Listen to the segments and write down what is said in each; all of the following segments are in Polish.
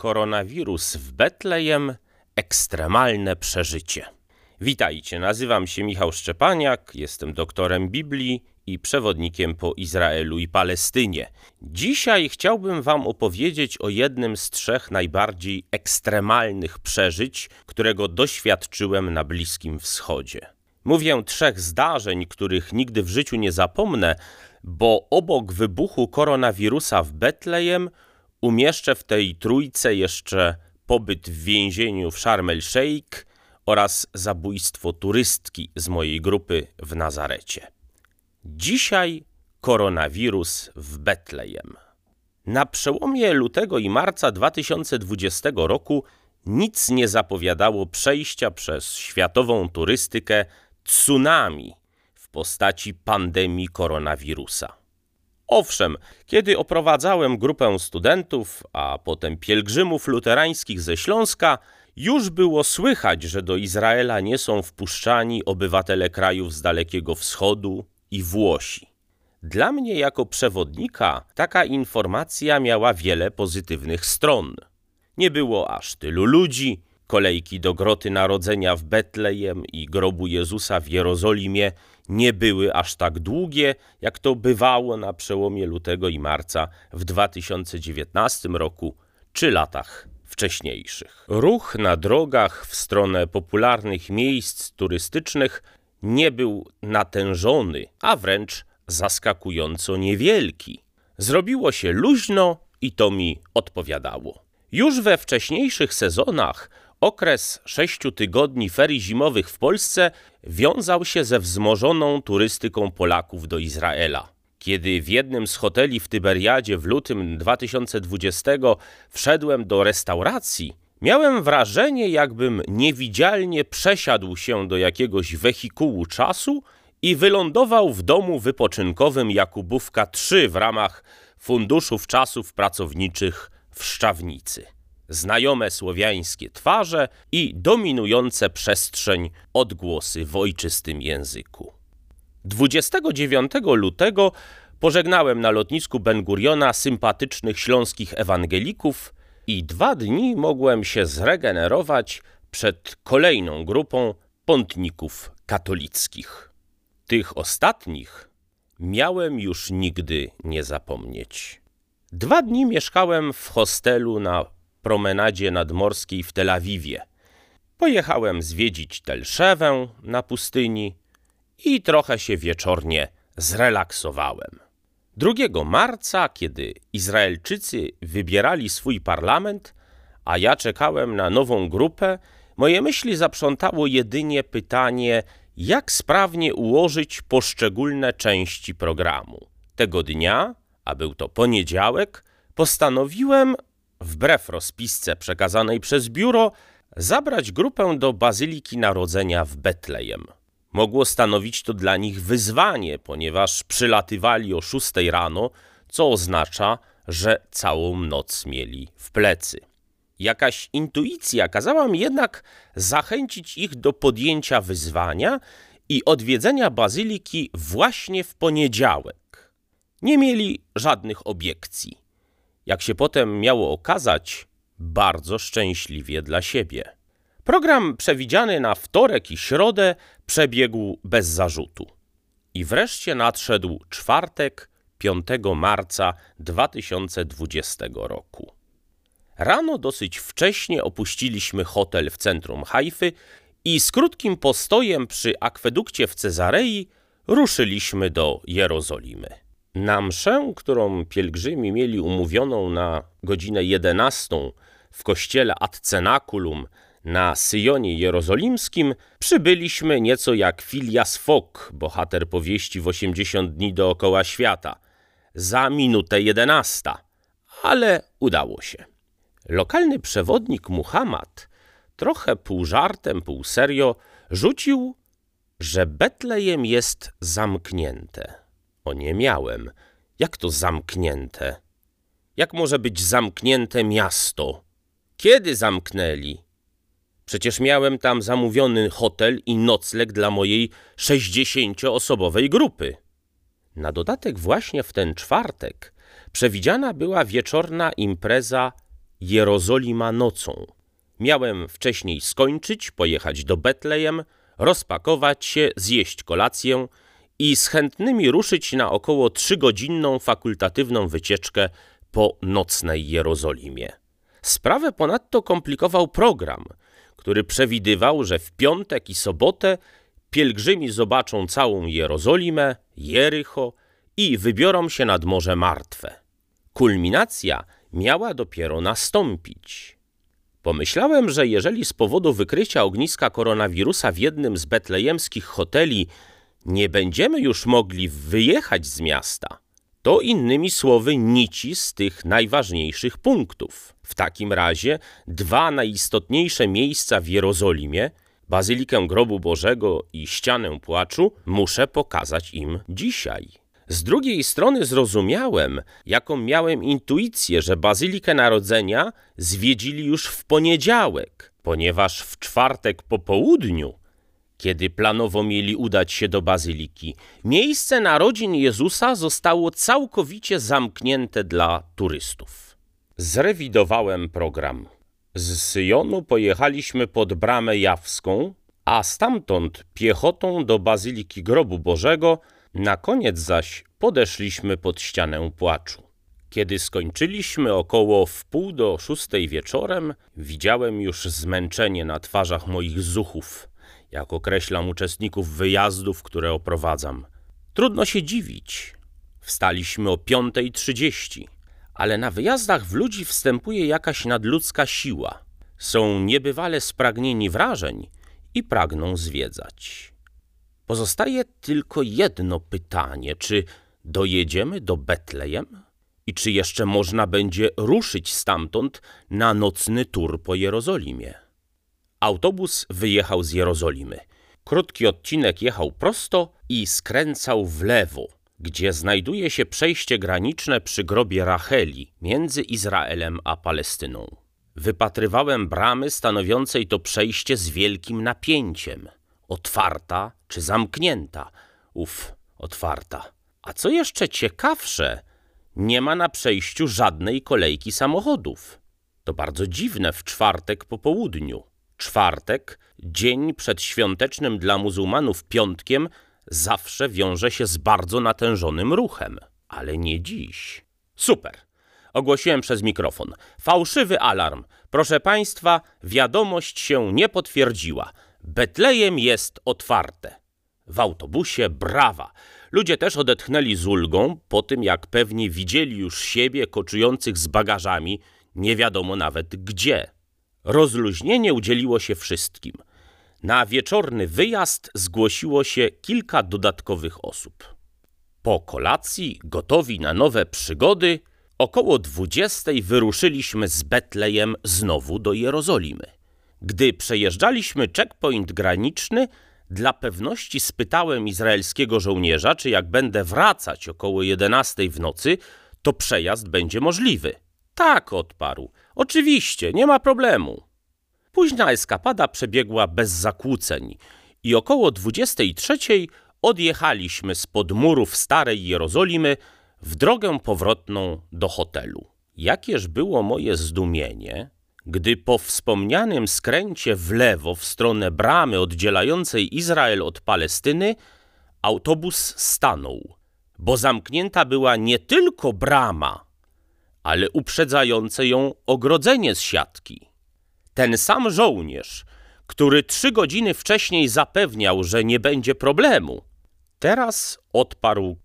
Koronawirus w Betlejem – ekstremalne przeżycie. Witajcie, nazywam się Michał Szczepaniak, jestem doktorem Biblii i przewodnikiem po Izraelu i Palestynie. Dzisiaj chciałbym wam opowiedzieć o jednym z trzech najbardziej ekstremalnych przeżyć, którego doświadczyłem na Bliskim Wschodzie. Mówię trzech zdarzeń, których nigdy w życiu nie zapomnę, bo obok wybuchu koronawirusa w Betlejem umieszczę w tej trójce jeszcze pobyt w więzieniu w Sharm el-Sheikh oraz zabójstwo turystki z mojej grupy w Nazarecie. Dzisiaj koronawirus w Betlejem. Na przełomie lutego i marca 2020 roku nic nie zapowiadało przejścia przez światową turystykę tsunami w postaci pandemii koronawirusa. Owszem, kiedy oprowadzałem grupę studentów, a potem pielgrzymów luterańskich ze Śląska, już było słychać, że do Izraela nie są wpuszczani obywatele krajów z Dalekiego Wschodu i Włosi. Dla mnie jako przewodnika taka informacja miała wiele pozytywnych stron. Nie było aż tylu ludzi, kolejki do Groty Narodzenia w Betlejem i grobu Jezusa w Jerozolimie nie były aż tak długie, jak to bywało na przełomie lutego i marca w 2019 roku czy latach wcześniejszych. Ruch na drogach w stronę popularnych miejsc turystycznych nie był natężony, a wręcz zaskakująco niewielki. Zrobiło się luźno i to mi odpowiadało. Już we wcześniejszych sezonach okres 6 tygodni ferii zimowych w Polsce wiązał się ze wzmożoną turystyką Polaków do Izraela. Kiedy w jednym z hoteli w Tyberiadzie w lutym 2020 wszedłem do restauracji, miałem wrażenie, jakbym niewidzialnie przesiadł się do jakiegoś wehikułu czasu i wylądował w domu wypoczynkowym Jakubówka 3 w ramach Funduszów Czasów Pracowniczych w Szczawnicy. Znajome słowiańskie twarze i dominujące przestrzeń odgłosy w ojczystym języku. 29 lutego pożegnałem na lotnisku Ben Guriona sympatycznych śląskich ewangelików i 2 dni mogłem się zregenerować przed kolejną grupą pątników katolickich. Tych ostatnich miałem już nigdy nie zapomnieć. 2 dni mieszkałem w hostelu na promenadzie nadmorskiej w Tel Awiwie. Pojechałem zwiedzić Tel Szewę na pustyni i trochę się wieczornie zrelaksowałem. 2 marca, kiedy Izraelczycy wybierali swój parlament, a ja czekałem na nową grupę, moje myśli zaprzątało jedynie pytanie, jak sprawnie ułożyć poszczególne części programu. Tego dnia, a był to poniedziałek, postanowiłem, wbrew rozpisce przekazanej przez biuro, zabrać grupę do Bazyliki Narodzenia w Betlejem. Mogło stanowić to dla nich wyzwanie, ponieważ przylatywali o 6 rano, co oznacza, że całą noc mieli w plecy. Jakaś intuicja kazała mi jednak zachęcić ich do podjęcia wyzwania i odwiedzenia Bazyliki właśnie w poniedziałek. Nie mieli żadnych obiekcji. Jak się potem miało okazać, bardzo szczęśliwie dla siebie. Program przewidziany na wtorek i środę przebiegł bez zarzutu. I wreszcie nadszedł czwartek, 5 marca 2020 roku. Rano dosyć wcześnie opuściliśmy hotel w centrum Hajfy i z krótkim postojem przy akwedukcie w Cezarei ruszyliśmy do Jerozolimy. Na mszę, którą pielgrzymi mieli umówioną na godzinę 11 w kościele Ad Cenaculum na Syjonie Jerozolimskim, przybyliśmy nieco jak Phileas Fogg, bohater powieści w 80 dni dookoła świata, za minutę 11, ale udało się. Lokalny przewodnik Muhammad, trochę pół żartem, pół serio, rzucił, że Betlejem jest zamknięte. Oniemiałem. Jak to zamknięte? Jak może być zamknięte miasto? Kiedy zamknęli? Przecież miałem tam zamówiony hotel i nocleg dla mojej 60-osobowej grupy. Na dodatek właśnie w ten czwartek przewidziana była wieczorna impreza Jerozolima nocą. Miałem wcześniej skończyć, pojechać do Betlejem, rozpakować się, zjeść kolację i z chętnymi ruszyć na około 3-godzinną fakultatywną wycieczkę po nocnej Jerozolimie. Sprawę ponadto komplikował program, który przewidywał, że w piątek i sobotę pielgrzymi zobaczą całą Jerozolimę, Jericho i wybiorą się nad Morze Martwe. Kulminacja miała dopiero nastąpić. Pomyślałem, że jeżeli z powodu wykrycia ogniska koronawirusa w jednym z betlejemskich hoteli nie będziemy już mogli wyjechać z miasta, to innymi słowy nici z tych najważniejszych punktów. W takim razie 2 najistotniejsze miejsca w Jerozolimie, Bazylikę Grobu Bożego i Ścianę Płaczu, muszę pokazać im dzisiaj. Z drugiej strony zrozumiałem, jaką miałem intuicję, że Bazylikę Narodzenia zwiedzili już w poniedziałek, ponieważ w czwartek po południu, kiedy planowo mieli udać się do Bazyliki, miejsce narodzin Jezusa zostało całkowicie zamknięte dla turystów. Zrewidowałem program. Z Syjonu pojechaliśmy pod Bramę Jawską, a stamtąd piechotą do Bazyliki Grobu Bożego, na koniec zaś podeszliśmy pod Ścianę Płaczu. Kiedy skończyliśmy około 5:45 wieczorem, widziałem już zmęczenie na twarzach moich zuchów, jak określam uczestników wyjazdów, które oprowadzam. Trudno się dziwić. Wstaliśmy o 5:30, ale na wyjazdach w ludzi wstępuje jakaś nadludzka siła. Są niebywale spragnieni wrażeń i pragną zwiedzać. Pozostaje tylko jedno pytanie, czy dojedziemy do Betlejem i czy jeszcze można będzie ruszyć stamtąd na nocny tur po Jerozolimie. Autobus wyjechał z Jerozolimy. Krótki odcinek jechał prosto i skręcał w lewo, gdzie znajduje się przejście graniczne przy grobie Racheli między Izraelem a Palestyną. Wypatrywałem bramy stanowiącej to przejście z wielkim napięciem. Otwarta czy zamknięta? Otwarta. A co jeszcze ciekawsze, nie ma na przejściu żadnej kolejki samochodów. To bardzo dziwne w czwartek po południu. Czwartek, dzień przed świątecznym dla muzułmanów piątkiem, zawsze wiąże się z bardzo natężonym ruchem. Ale nie dziś. Super! Ogłosiłem przez mikrofon. Fałszywy alarm. Proszę Państwa, wiadomość się nie potwierdziła. Betlejem jest otwarte. W autobusie brawa. Ludzie też odetchnęli z ulgą po tym, jak pewnie widzieli już siebie koczujących z bagażami, nie wiadomo nawet gdzie. Rozluźnienie udzieliło się wszystkim. Na wieczorny wyjazd zgłosiło się kilka dodatkowych osób. Po kolacji, gotowi na nowe przygody, około 20 wyruszyliśmy z Betlejem znowu do Jerozolimy. Gdy przejeżdżaliśmy checkpoint graniczny, dla pewności spytałem izraelskiego żołnierza, czy jak będę wracać około 11 w nocy, to przejazd będzie możliwy. Tak, odparł. Oczywiście, nie ma problemu. Późna eskapada przebiegła bez zakłóceń i około 23 odjechaliśmy spod murów Starej Jerozolimy w drogę powrotną do hotelu. Jakież było moje zdumienie, gdy po wspomnianym skręcie w lewo w stronę bramy oddzielającej Izrael od Palestyny autobus stanął, bo zamknięta była nie tylko brama, ale uprzedzające ją ogrodzenie z siatki. Ten sam żołnierz, który 3 godziny wcześniej zapewniał, że nie będzie problemu, teraz odparł: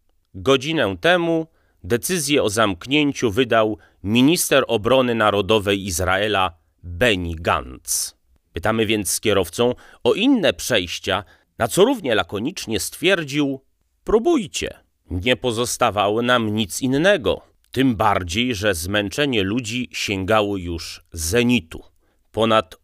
godzinę temu decyzję o zamknięciu wydał minister obrony narodowej Izraela Benny Gantz. Pytamy więc z kierowcą o inne przejścia, na co równie lakonicznie stwierdził: próbujcie. Nie pozostawało nam nic innego. Tym bardziej, że zmęczenie ludzi sięgało już zenitu. Ponad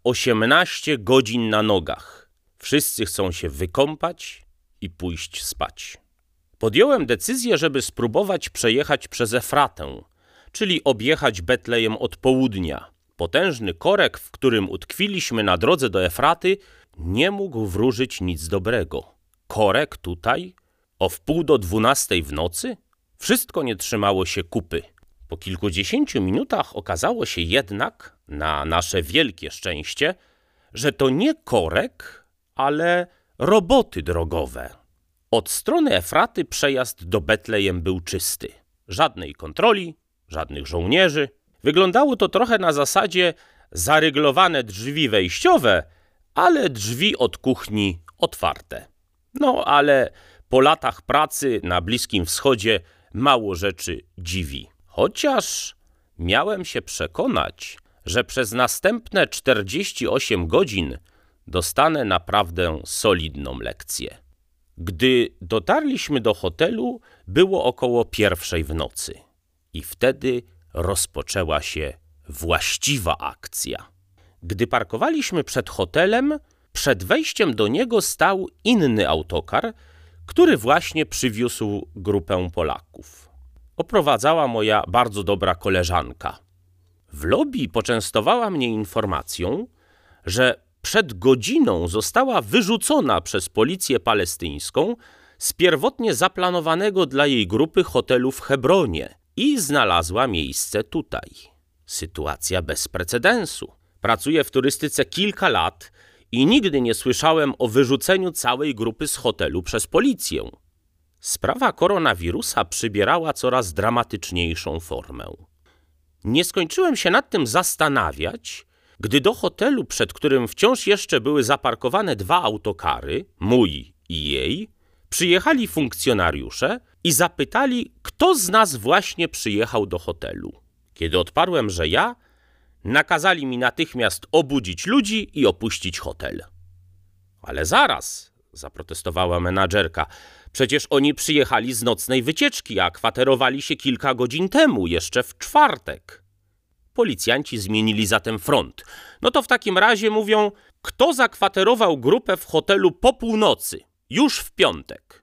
18 godzin na nogach. Wszyscy chcą się wykąpać i pójść spać. Podjąłem decyzję, żeby spróbować przejechać przez Efratę, czyli objechać Betlejem od południa. Potężny korek, w którym utkwiliśmy na drodze do Efraty, nie mógł wróżyć nic dobrego. Korek tutaj? O 11:30 w nocy? Wszystko nie trzymało się kupy. Po kilkudziesięciu minutach okazało się jednak, na nasze wielkie szczęście, że to nie korek, ale roboty drogowe. Od strony Efraty przejazd do Betlejem był czysty. Żadnej kontroli, żadnych żołnierzy. Wyglądało to trochę na zasadzie zaryglowane drzwi wejściowe, ale drzwi od kuchni otwarte. No ale po latach pracy na Bliskim Wschodzie mało rzeczy dziwi. Chociaż miałem się przekonać, że przez następne 48 godzin dostanę naprawdę solidną lekcję. Gdy dotarliśmy do hotelu, było około 1:00 w nocy i wtedy rozpoczęła się właściwa akcja. Gdy parkowaliśmy przed hotelem, przed wejściem do niego stał inny autokar, który właśnie przywiózł grupę Polaków. Oprowadzała moja bardzo dobra koleżanka. W lobby poczęstowała mnie informacją, że przed godziną została wyrzucona przez policję palestyńską z pierwotnie zaplanowanego dla jej grupy hotelu w Hebronie i znalazła miejsce tutaj. Sytuacja bez precedensu. Pracuję w turystyce kilka lat i nigdy nie słyszałem o wyrzuceniu całej grupy z hotelu przez policję. Sprawa koronawirusa przybierała coraz dramatyczniejszą formę. Nie skończyłem się nad tym zastanawiać, gdy do hotelu, przed którym wciąż jeszcze były zaparkowane 2 autokary, mój i jej, przyjechali funkcjonariusze i zapytali, kto z nas właśnie przyjechał do hotelu. Kiedy odparłem, że ja, nakazali mi natychmiast obudzić ludzi i opuścić hotel. Ale zaraz, zaprotestowała menadżerka, przecież oni przyjechali z nocnej wycieczki, a kwaterowali się kilka godzin temu, jeszcze w czwartek. Policjanci zmienili zatem front. No to w takim razie mówią, kto zakwaterował grupę w hotelu po północy, już w piątek.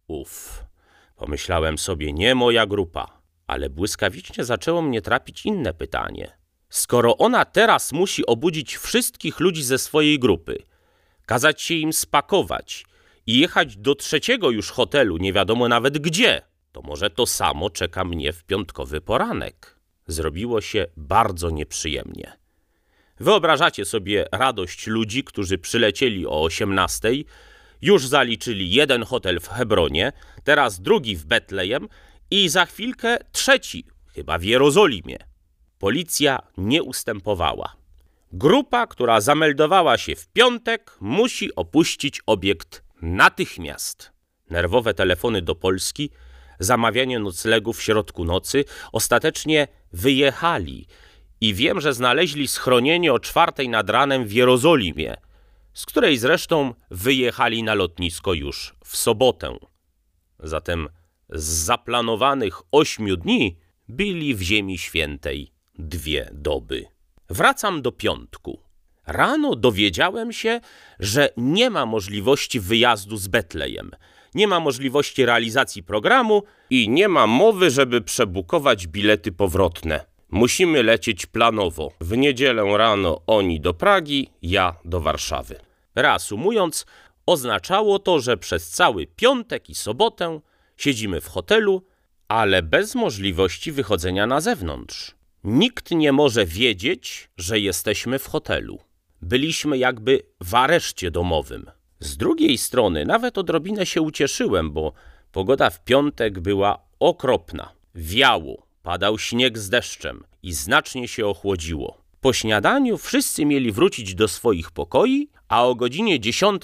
Pomyślałem sobie, nie moja grupa, ale błyskawicznie zaczęło mnie trapić inne pytanie. Skoro ona teraz musi obudzić wszystkich ludzi ze swojej grupy, kazać się im spakować i jechać do 3. już hotelu, nie wiadomo nawet gdzie, to może to samo czeka mnie w piątkowy poranek. Zrobiło się bardzo nieprzyjemnie. Wyobrażacie sobie radość ludzi, którzy przylecieli o 18:00, już zaliczyli 1 hotel w Hebronie, teraz 2 w Betlejem i za chwilkę 3, chyba w Jerozolimie. Policja nie ustępowała. Grupa, która zameldowała się w piątek, musi opuścić obiekt natychmiast. Nerwowe telefony do Polski, zamawianie noclegów w środku nocy, ostatecznie wyjechali i wiem, że znaleźli schronienie o 4:00 nad ranem w Jerozolimie, z której zresztą wyjechali na lotnisko już w sobotę. Zatem z zaplanowanych 8 dni byli w Ziemi Świętej 2 doby. Wracam do piątku. Rano dowiedziałem się, że nie ma możliwości wyjazdu z Betlejem. Nie ma możliwości realizacji programu i nie ma mowy, żeby przebukować bilety powrotne. Musimy lecieć planowo. W niedzielę rano oni do Pragi, ja do Warszawy. Reasumując, oznaczało to, że przez cały piątek i sobotę siedzimy w hotelu, ale bez możliwości wychodzenia na zewnątrz. Nikt nie może wiedzieć, że jesteśmy w hotelu. Byliśmy jakby w areszcie domowym. Z drugiej strony nawet odrobinę się ucieszyłem, bo pogoda w piątek była okropna. Wiało, padał śnieg z deszczem i znacznie się ochłodziło. Po śniadaniu wszyscy mieli wrócić do swoich pokoi, a o godzinie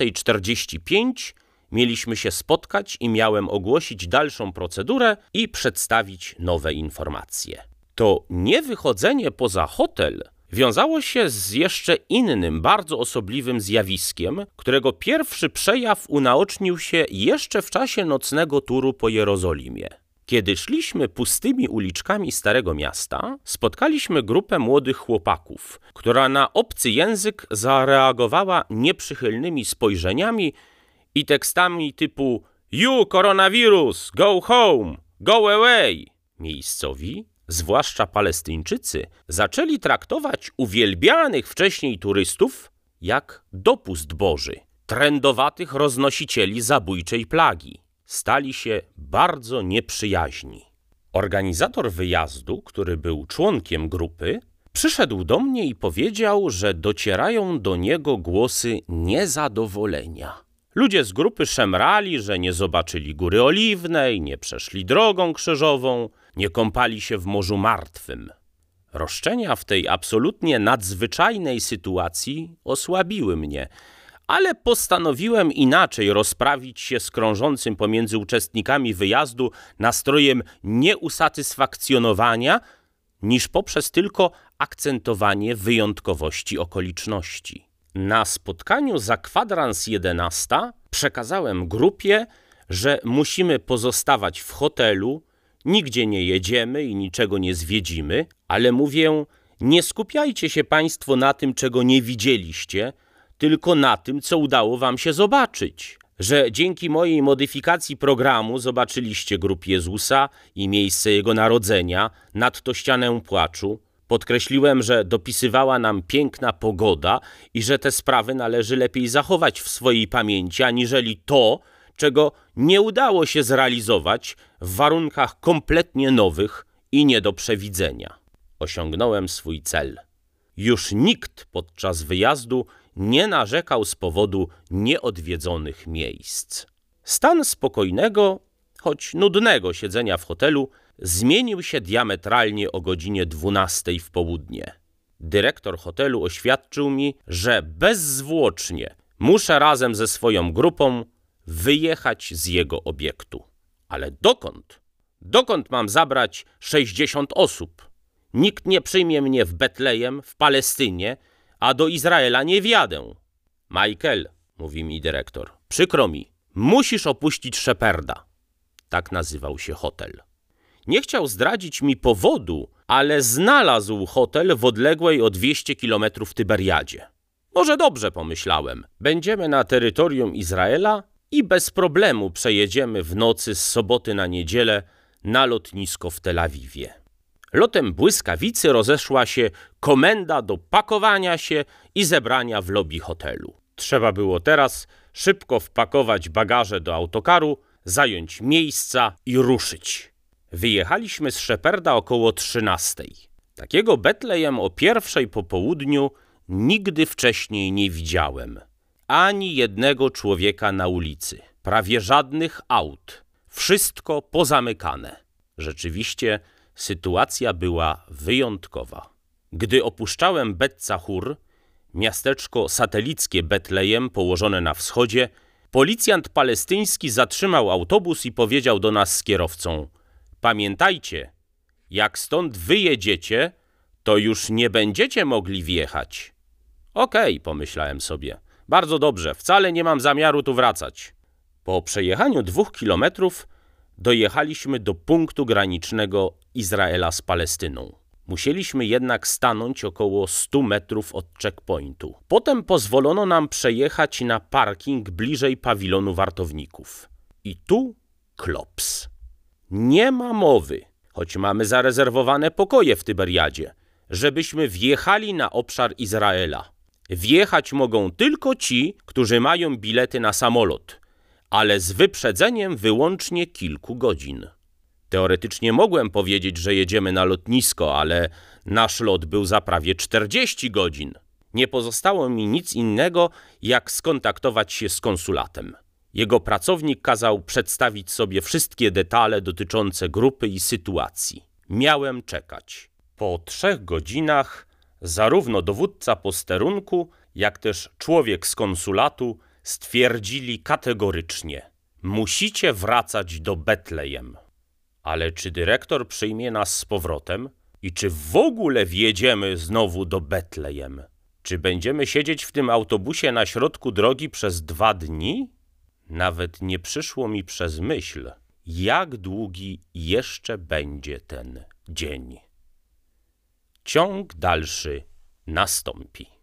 10:45 mieliśmy się spotkać i miałem ogłosić dalszą procedurę i przedstawić nowe informacje. To niewychodzenie poza hotel wiązało się z jeszcze innym, bardzo osobliwym zjawiskiem, którego pierwszy przejaw unaocznił się jeszcze w czasie nocnego turu po Jerozolimie. Kiedy szliśmy pustymi uliczkami Starego Miasta, spotkaliśmy grupę młodych chłopaków, która na obcy język zareagowała nieprzychylnymi spojrzeniami i tekstami typu "You, koronawirus, go home, go away". Miejscowi, zwłaszcza Palestyńczycy, zaczęli traktować uwielbianych wcześniej turystów jak dopust Boży, trędowatych roznosicieli zabójczej plagi. Stali się bardzo nieprzyjaźni. Organizator wyjazdu, który był członkiem grupy, przyszedł do mnie i powiedział, że docierają do niego głosy niezadowolenia. Ludzie z grupy szemrali, że nie zobaczyli Góry Oliwnej, nie przeszli drogą krzyżową, nie kąpali się w Morzu Martwym. Roszczenia w tej absolutnie nadzwyczajnej sytuacji osłabiły mnie, ale postanowiłem inaczej rozprawić się z krążącym pomiędzy uczestnikami wyjazdu nastrojem nieusatysfakcjonowania, niż poprzez tylko akcentowanie wyjątkowości okoliczności. Na spotkaniu za kwadrans 11 przekazałem grupie, że musimy pozostawać w hotelu, nigdzie nie jedziemy i niczego nie zwiedzimy, ale mówię, nie skupiajcie się Państwo na tym, czego nie widzieliście, tylko na tym, co udało Wam się zobaczyć. Że dzięki mojej modyfikacji programu zobaczyliście grób Jezusa i miejsce Jego narodzenia, nadto ścianę płaczu. Podkreśliłem, że dopisywała nam piękna pogoda i że te sprawy należy lepiej zachować w swojej pamięci, aniżeli to, czego nie udało się zrealizować w warunkach kompletnie nowych i nie do przewidzenia. Osiągnąłem swój cel. Już nikt podczas wyjazdu nie narzekał z powodu nieodwiedzonych miejsc. Stan spokojnego, choć nudnego siedzenia w hotelu zmienił się diametralnie o godzinie 12 w południe. Dyrektor hotelu oświadczył mi, że bezzwłocznie muszę razem ze swoją grupą wyjechać z jego obiektu. Ale dokąd? Dokąd mam zabrać 60 osób? Nikt nie przyjmie mnie w Betlejem, w Palestynie, a do Izraela nie wjadę. Michael, mówi mi dyrektor, przykro mi, musisz opuścić Sheparda. Tak nazywał się hotel. Nie chciał zdradzić mi powodu, ale znalazł hotel w odległej o 200 kilometrów Tyberiadzie. Może dobrze, pomyślałem. Będziemy na terytorium Izraela i bez problemu przejedziemy w nocy z soboty na niedzielę na lotnisko w Tel Awiwie. Lotem błyskawicy rozeszła się komenda do pakowania się i zebrania w lobby hotelu. Trzeba było teraz szybko wpakować bagaże do autokaru, zająć miejsca i ruszyć. Wyjechaliśmy z Sheparda około 13. Takiego Betlejem o 1 po południu nigdy wcześniej nie widziałem. Ani jednego człowieka na ulicy. Prawie żadnych aut. Wszystko pozamykane. Rzeczywiście sytuacja była wyjątkowa. Gdy opuszczałem Bet Cachur, miasteczko satelickie Betlejem położone na wschodzie, policjant palestyński zatrzymał autobus i powiedział do nas z kierowcą: pamiętajcie, jak stąd wyjedziecie, to już nie będziecie mogli wjechać. Okej, pomyślałem sobie, bardzo dobrze, wcale nie mam zamiaru tu wracać. Po przejechaniu 2 kilometrów dojechaliśmy do punktu granicznego Izraela z Palestyną. Musieliśmy jednak stanąć około 100 metrów od checkpointu. Potem pozwolono nam przejechać na parking bliżej pawilonu wartowników. I tu klops. Nie ma mowy, choć mamy zarezerwowane pokoje w Tyberiadzie, żebyśmy wjechali na obszar Izraela. Wjechać mogą tylko ci, którzy mają bilety na samolot, ale z wyprzedzeniem wyłącznie kilku godzin. Teoretycznie mogłem powiedzieć, że jedziemy na lotnisko, ale nasz lot był za prawie 40 godzin. Nie pozostało mi nic innego, jak skontaktować się z konsulatem. Jego pracownik kazał przedstawić sobie wszystkie detale dotyczące grupy i sytuacji. Miałem czekać. Po 3 godzinach zarówno dowódca posterunku, jak też człowiek z konsulatu stwierdzili kategorycznie: musicie wracać do Betlejem. Ale czy dyrektor przyjmie nas z powrotem? I czy w ogóle wjedziemy znowu do Betlejem? Czy będziemy siedzieć w tym autobusie na środku drogi przez 2 dni? Nawet nie przyszło mi przez myśl, jak długi jeszcze będzie ten dzień. Ciąg dalszy nastąpi.